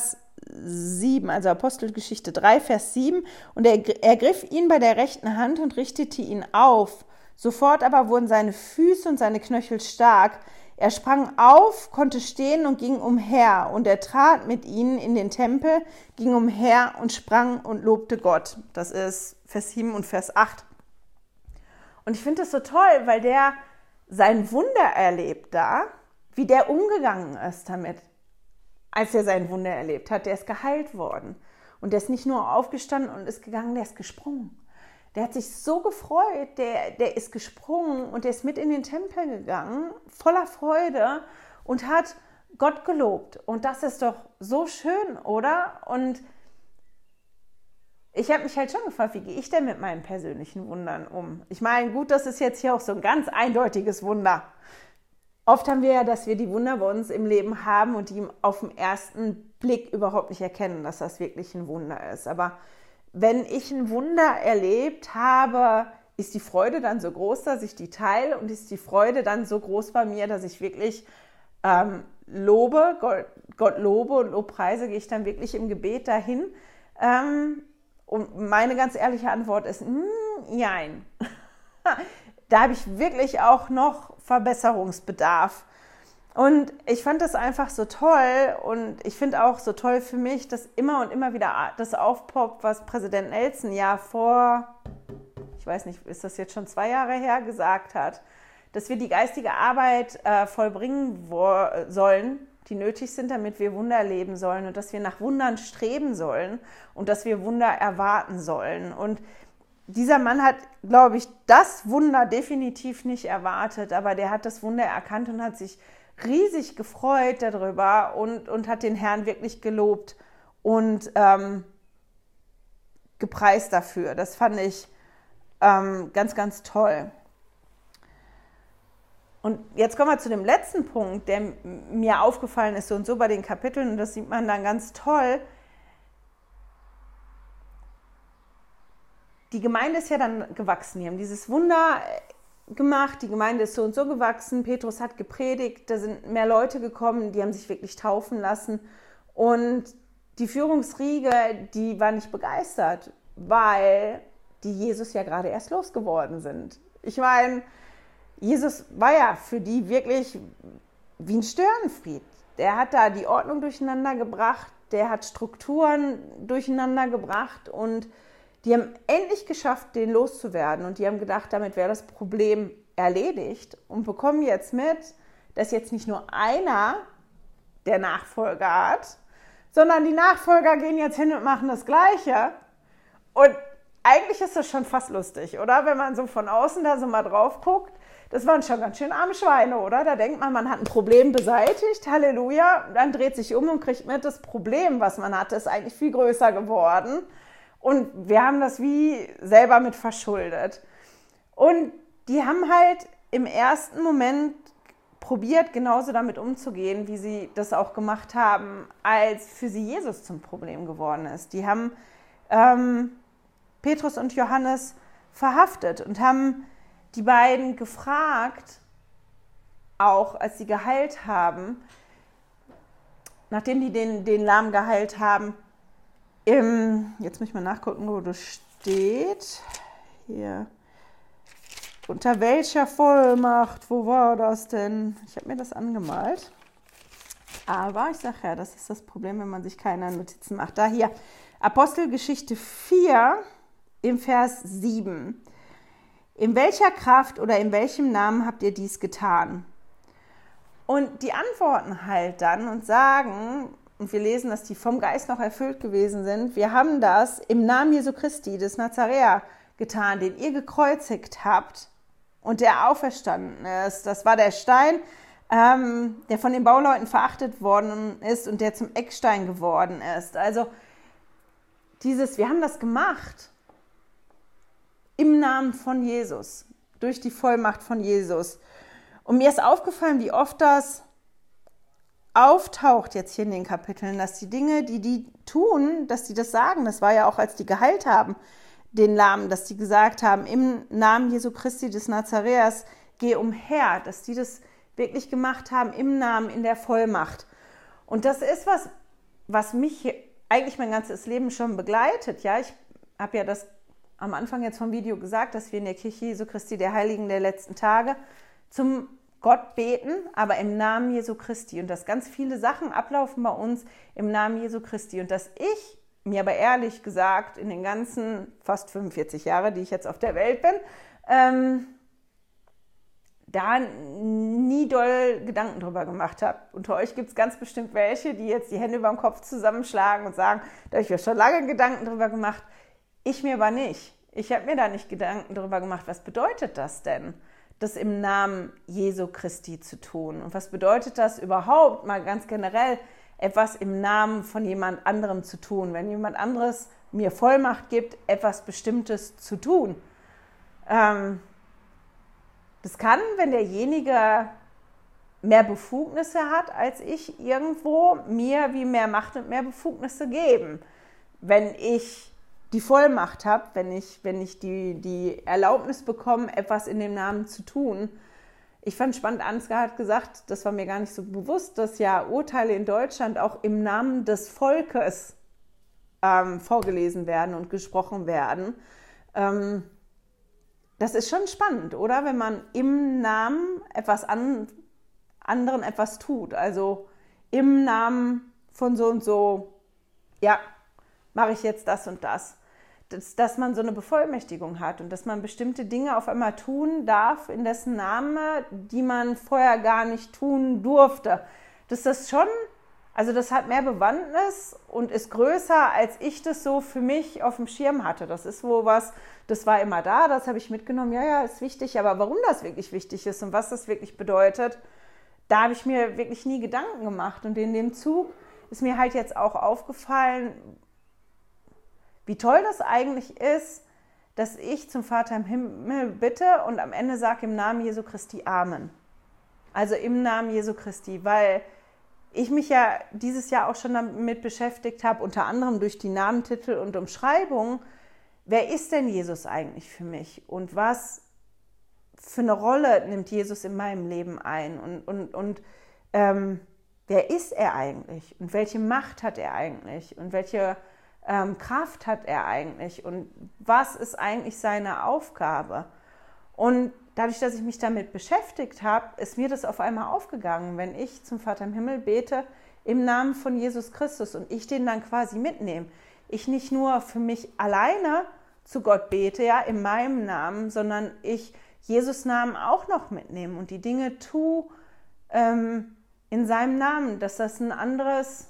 S2: sieben, also Apostelgeschichte drei, Vers sieben. Und er ergriff ihn bei der rechten Hand und richtete ihn auf. Sofort aber wurden seine Füße und seine Knöchel stark. Er sprang auf, konnte stehen und ging umher. Und er trat mit ihnen in den Tempel, ging umher und sprang und lobte Gott. Das ist Vers sieben und Vers acht. Und ich finde das so toll, weil der sein Wunder erlebt da, wie der umgegangen ist damit, als er sein Wunder erlebt hat. Der ist geheilt worden. Und der ist nicht nur aufgestanden und ist gegangen, der ist gesprungen. Der hat sich so gefreut, der, der ist gesprungen und der ist mit in den Tempel gegangen, voller Freude und hat Gott gelobt. Und das ist doch so schön, oder? Und ich habe mich halt schon gefragt, wie gehe ich denn mit meinen persönlichen Wundern um? Ich meine, gut, das ist jetzt hier auch so ein ganz eindeutiges Wunder. Oft haben wir ja, dass wir die Wunder bei uns im Leben haben und die auf den ersten Blick überhaupt nicht erkennen, dass das wirklich ein Wunder ist. Aber wenn ich ein Wunder erlebt habe, ist die Freude dann so groß, dass ich die teile und ist die Freude dann so groß bei mir, dass ich wirklich ähm, lobe, Gott, Gott lobe und Lobpreise, gehe ich dann wirklich im Gebet dahin. Ähm, und meine ganz ehrliche Antwort ist, nein. Da habe ich wirklich auch noch Verbesserungsbedarf. Und ich fand das einfach so toll und ich finde auch so toll für mich, dass immer und immer wieder das aufpoppt, was Präsident Nelson ja vor, ich weiß nicht, ist das jetzt schon zwei Jahre her, gesagt hat, dass wir die geistige Arbeit äh, vollbringen wo- sollen, die nötig sind, damit wir Wunder erleben sollen und dass wir nach Wundern streben sollen und dass wir Wunder erwarten sollen. Und dieser Mann hat, glaube ich, das Wunder definitiv nicht erwartet, aber der hat das Wunder erkannt und hat sich riesig gefreut darüber und, und hat den Herrn wirklich gelobt und ähm, gepreist dafür. Das fand ich ähm, ganz, ganz toll. Und jetzt kommen wir zu dem letzten Punkt, der mir aufgefallen ist so und so bei den Kapiteln und das sieht man dann ganz toll. Die Gemeinde ist ja dann gewachsen. Die haben dieses Wunder gemacht, die Gemeinde ist so und so gewachsen, Petrus hat gepredigt, da sind mehr Leute gekommen, die haben sich wirklich taufen lassen und die Führungsriege, die war nicht begeistert, weil die Jesus ja gerade erst losgeworden sind. Ich meine, Jesus war ja für die wirklich wie ein Störenfried. Der hat da die Ordnung durcheinander gebracht, der hat Strukturen durcheinander gebracht und die haben endlich geschafft, den loszuwerden und die haben gedacht, damit wäre das Problem erledigt und bekommen jetzt mit, dass jetzt nicht nur einer der Nachfolger hat, sondern die Nachfolger gehen jetzt hin und machen das Gleiche. Und eigentlich ist das schon fast lustig, oder? Wenn man so von außen da so mal drauf guckt, das waren schon ganz schön arme Schweine, oder? Da denkt man, man hat ein Problem beseitigt, Halleluja, dann dreht sich um und kriegt mit, das Problem, was man hatte, ist eigentlich viel größer geworden. Und wir haben das wie selber mit verschuldet. Und die haben halt im ersten Moment probiert, genauso damit umzugehen, wie sie das auch gemacht haben, als für sie Jesus zum Problem geworden ist. Die haben ähm, Petrus und Johannes verhaftet und haben die beiden gefragt, auch als sie geheilt haben, nachdem die den, den Lahmen geheilt haben, Im, jetzt muss ich mal nachgucken, wo das steht. Hier. Unter welcher Vollmacht? Wo war das denn? Ich habe mir das angemalt. Aber ich sage ja, das ist das Problem, wenn man sich keine Notizen macht. Da hier, Apostelgeschichte vier im Vers sieben. In welcher Kraft oder in welchem Namen habt ihr dies getan? Und die antworten halt dann und sagen, und wir lesen, dass die vom Geist noch erfüllt gewesen sind, wir haben das im Namen Jesu Christi des Nazaräer getan, den ihr gekreuzigt habt und der auferstanden ist. Das war der Stein, ähm, der von den Bauleuten verachtet worden ist und der zum Eckstein geworden ist. Also dieses, wir haben das gemacht im Namen von Jesus, durch die Vollmacht von Jesus. Und mir ist aufgefallen, wie oft das auftaucht jetzt hier in den Kapiteln, dass die Dinge, die die tun, dass die das sagen, das war ja auch, als die geheilt haben, den Lahmen, dass die gesagt haben, im Namen Jesu Christi des Nazaräers, geh umher, dass die das wirklich gemacht haben, im Namen, in der Vollmacht. Und das ist was, was mich eigentlich mein ganzes Leben schon begleitet. Ja, ich habe ja das am Anfang jetzt vom Video gesagt, dass wir in der Kirche Jesu Christi der Heiligen der letzten Tage zum Gott beten, aber im Namen Jesu Christi. Und dass ganz viele Sachen ablaufen bei uns im Namen Jesu Christi. Und dass ich mir aber ehrlich gesagt in den ganzen fast fünfundvierzig Jahren, die ich jetzt auf der Welt bin, ähm, da nie doll Gedanken drüber gemacht habe. Unter euch gibt es ganz bestimmt welche, die jetzt die Hände über dem Kopf zusammenschlagen und sagen, da habe ich mir schon lange Gedanken drüber gemacht. Ich mir aber nicht. Ich habe mir da nicht Gedanken drüber gemacht, was bedeutet das denn, das im Namen Jesu Christi zu tun? Und was bedeutet das überhaupt, mal ganz generell, etwas im Namen von jemand anderem zu tun? Wenn jemand anderes mir Vollmacht gibt, etwas Bestimmtes zu tun. Ähm, das kann, wenn derjenige mehr Befugnisse hat als ich irgendwo, mir wie mehr Macht und mehr Befugnisse geben. Wenn ich die Vollmacht habe, wenn ich, wenn ich die, die Erlaubnis bekomme, etwas in dem Namen zu tun. Ich fand spannend, Ansgar hat gesagt, das war mir gar nicht so bewusst, dass ja Urteile in Deutschland auch im Namen des Volkes ähm, vorgelesen werden und gesprochen werden. Ähm, das ist schon spannend, oder? Wenn man im Namen etwas an, anderen etwas tut. Also im Namen von so und so, ja, mache ich jetzt das und das. Dass, dass man so eine Bevollmächtigung hat und dass man bestimmte Dinge auf einmal tun darf, in dessen Namen, die man vorher gar nicht tun durfte. Das ist das schon, also das hat mehr Bewandtnis und ist größer, als ich das so für mich auf dem Schirm hatte. Das ist wo was, das war immer da, das habe ich mitgenommen, ja, ja, ist wichtig, aber warum das wirklich wichtig ist und was das wirklich bedeutet, da habe ich mir wirklich nie Gedanken gemacht. Und in dem Zug ist mir halt jetzt auch aufgefallen, wie toll das eigentlich ist, dass ich zum Vater im Himmel bitte und am Ende sage im Namen Jesu Christi Amen. Also im Namen Jesu Christi, weil ich mich ja dieses Jahr auch schon damit beschäftigt habe, unter anderem durch die Namentitel und Umschreibungen, wer ist denn Jesus eigentlich für mich und was für eine Rolle nimmt Jesus in meinem Leben ein und, und, und ähm, wer ist er eigentlich und welche Macht hat er eigentlich und welche Ähm, Kraft hat er eigentlich und was ist eigentlich seine Aufgabe? Und dadurch, dass ich mich damit beschäftigt habe, ist mir das auf einmal aufgegangen, wenn ich zum Vater im Himmel bete im Namen von Jesus Christus und ich den dann quasi mitnehme. Ich nicht nur für mich alleine zu Gott bete, ja, in meinem Namen, sondern ich Jesus Namen auch noch mitnehme und die Dinge tue ähm, in seinem Namen, dass das ein anderes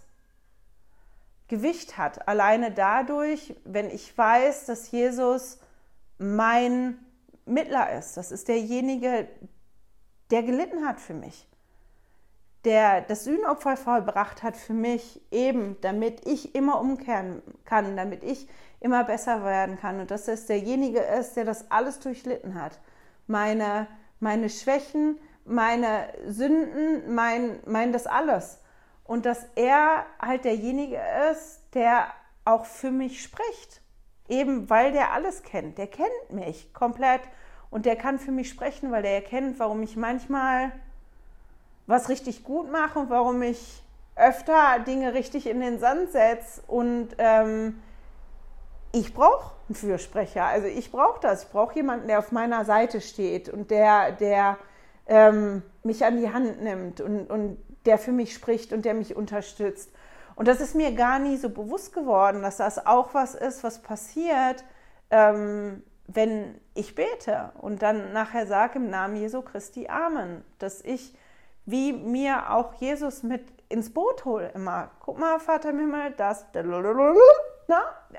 S2: Gewicht hat. Alleine dadurch, wenn ich weiß, dass Jesus mein Mittler ist. Das ist derjenige, der gelitten hat für mich. Der das Sühnopfer vollbracht hat für mich, eben damit ich immer umkehren kann, damit ich immer besser werden kann. Und dass es derjenige ist, der das alles durchlitten hat. Meine, meine Schwächen, meine Sünden, mein, mein das alles. Und dass er halt derjenige ist, der auch für mich spricht. Eben weil der alles kennt. Der kennt mich komplett und der kann für mich sprechen, weil der erkennt, warum ich manchmal was richtig gut mache und warum ich öfter Dinge richtig in den Sand setze. Und ähm, ich brauche einen Fürsprecher. Also ich brauche das. Ich brauche jemanden, der auf meiner Seite steht und der, der ähm, mich an die Hand nimmt und, und der für mich spricht und der mich unterstützt. Und das ist mir gar nie so bewusst geworden, dass das auch was ist, was passiert, ähm, wenn ich bete und dann nachher sage im Namen Jesu Christi Amen. Dass ich, wie mir auch Jesus mit ins Boot hole immer. Guck mal, Vater im Himmel, das, na,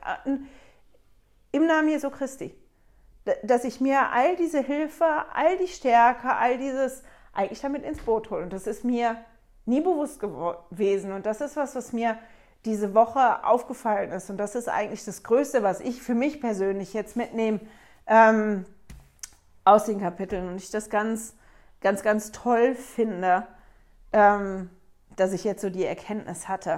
S2: im Namen Jesu Christi. Dass ich mir all diese Hilfe, all die Stärke, all dieses eigentlich damit ins Boot hole. Und das ist mir nie bewusst gewesen. Und das ist was, was mir diese Woche aufgefallen ist. Und das ist eigentlich das Größte, was ich für mich persönlich jetzt mitnehme ähm, aus den Kapiteln. Und ich das ganz, ganz, ganz toll finde, ähm, dass ich jetzt so die Erkenntnis hatte.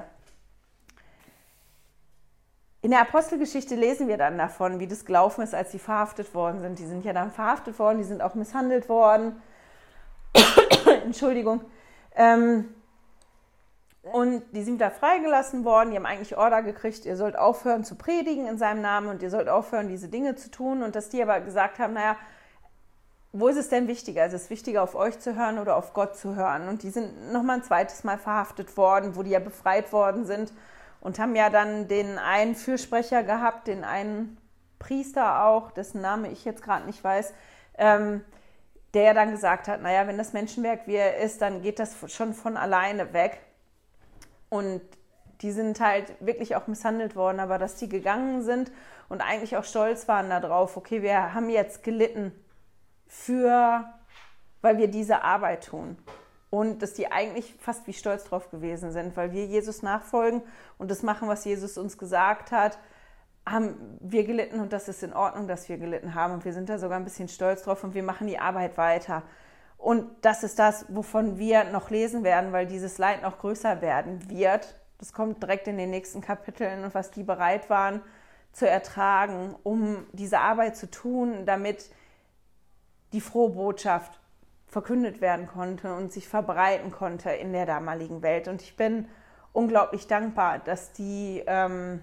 S2: In der Apostelgeschichte lesen wir dann davon, wie das gelaufen ist, als sie verhaftet worden sind. Die sind ja dann verhaftet worden, die sind auch misshandelt worden. Entschuldigung. Ähm, Und die sind da freigelassen worden, die haben eigentlich Order gekriegt, ihr sollt aufhören zu predigen in seinem Namen und ihr sollt aufhören, diese Dinge zu tun. Und dass die aber gesagt haben, naja, wo ist es denn wichtiger? Ist es wichtiger, auf euch zu hören oder auf Gott zu hören? Und die sind nochmal ein zweites Mal verhaftet worden, wo die ja befreit worden sind und haben ja dann den einen Fürsprecher gehabt, den einen Priester auch, dessen Name ich jetzt gerade nicht weiß, ähm, der dann gesagt hat, naja, wenn das Menschenwerk wie er ist, dann geht das schon von alleine weg. Und die sind halt wirklich auch misshandelt worden, aber dass die gegangen sind und eigentlich auch stolz waren darauf, okay, wir haben jetzt gelitten für, weil wir diese Arbeit tun. Und dass die eigentlich fast wie stolz drauf gewesen sind, weil wir Jesus nachfolgen und das machen, was Jesus uns gesagt hat, haben wir gelitten und das ist in Ordnung, dass wir gelitten haben. Und wir sind da sogar ein bisschen stolz drauf und wir machen die Arbeit weiter. Und das ist das, wovon wir noch lesen werden, weil dieses Leid noch größer werden wird. Das kommt direkt in den nächsten Kapiteln und was die bereit waren zu ertragen, um diese Arbeit zu tun, damit die frohe Botschaft verkündet werden konnte und sich verbreiten konnte in der damaligen Welt. Und ich bin unglaublich dankbar, dass die, ähm,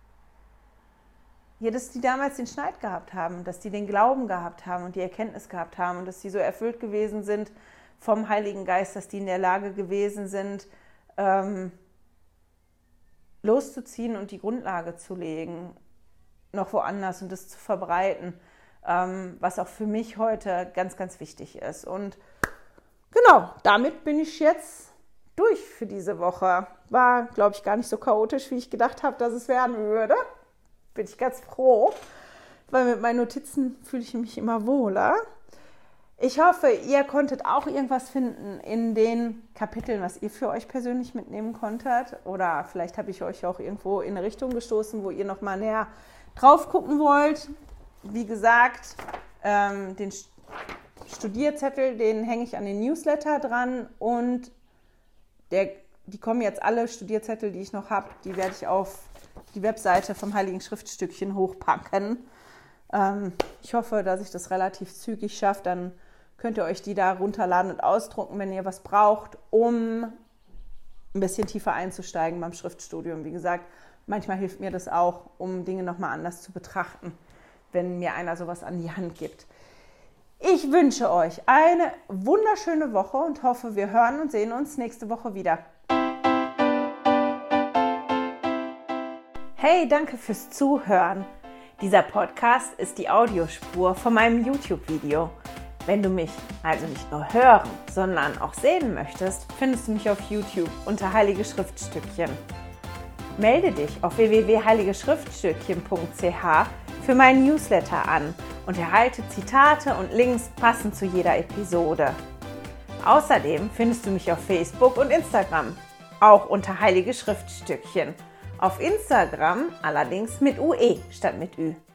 S2: ja, dass die damals den Schneid gehabt haben, dass die den Glauben gehabt haben und die Erkenntnis gehabt haben und dass die so erfüllt gewesen sind vom Heiligen Geist, dass die in der Lage gewesen sind, ähm, loszuziehen und die Grundlage zu legen, noch woanders und das zu verbreiten, ähm, was auch für mich heute ganz, ganz wichtig ist. Und genau, damit bin ich jetzt durch für diese Woche. War, glaube ich, gar nicht so chaotisch, wie ich gedacht habe, dass es werden würde. Bin ich ganz froh, weil mit meinen Notizen fühle ich mich immer wohler. Ich hoffe, ihr konntet auch irgendwas finden in den Kapiteln, was ihr für euch persönlich mitnehmen konntet. Oder vielleicht habe ich euch auch irgendwo in eine Richtung gestoßen, wo ihr noch mal näher drauf gucken wollt. Wie gesagt, ähm, den Studierzettel, den hänge ich an den Newsletter dran und der, die kommen jetzt alle Studierzettel, die ich noch habe, die werde ich auf die Webseite vom Heiligen Schriftstückchen hochpacken. Ähm, ich hoffe, dass ich das relativ zügig schaffe. Dann könnt ihr euch die da runterladen und ausdrucken, wenn ihr was braucht, um ein bisschen tiefer einzusteigen beim Schriftstudium. Wie gesagt, manchmal hilft mir das auch, um Dinge nochmal anders zu betrachten, wenn mir einer sowas an die Hand gibt. Ich wünsche euch eine wunderschöne Woche und hoffe, wir hören und sehen uns nächste Woche wieder. Hey, danke fürs Zuhören. Dieser Podcast ist die Audiospur von meinem YouTube-Video. Wenn du mich also nicht nur hören, sondern auch sehen möchtest, findest du mich auf YouTube unter Heilige Schriftstückchen. Melde dich auf w w w punkt heilige schriftstückchen punkt c h für meinen Newsletter an und erhalte Zitate und Links passend zu jeder Episode. Außerdem findest du mich auf Facebook und Instagram, auch unter Heilige Schriftstückchen. Auf Instagram allerdings mit U E statt mit Ü.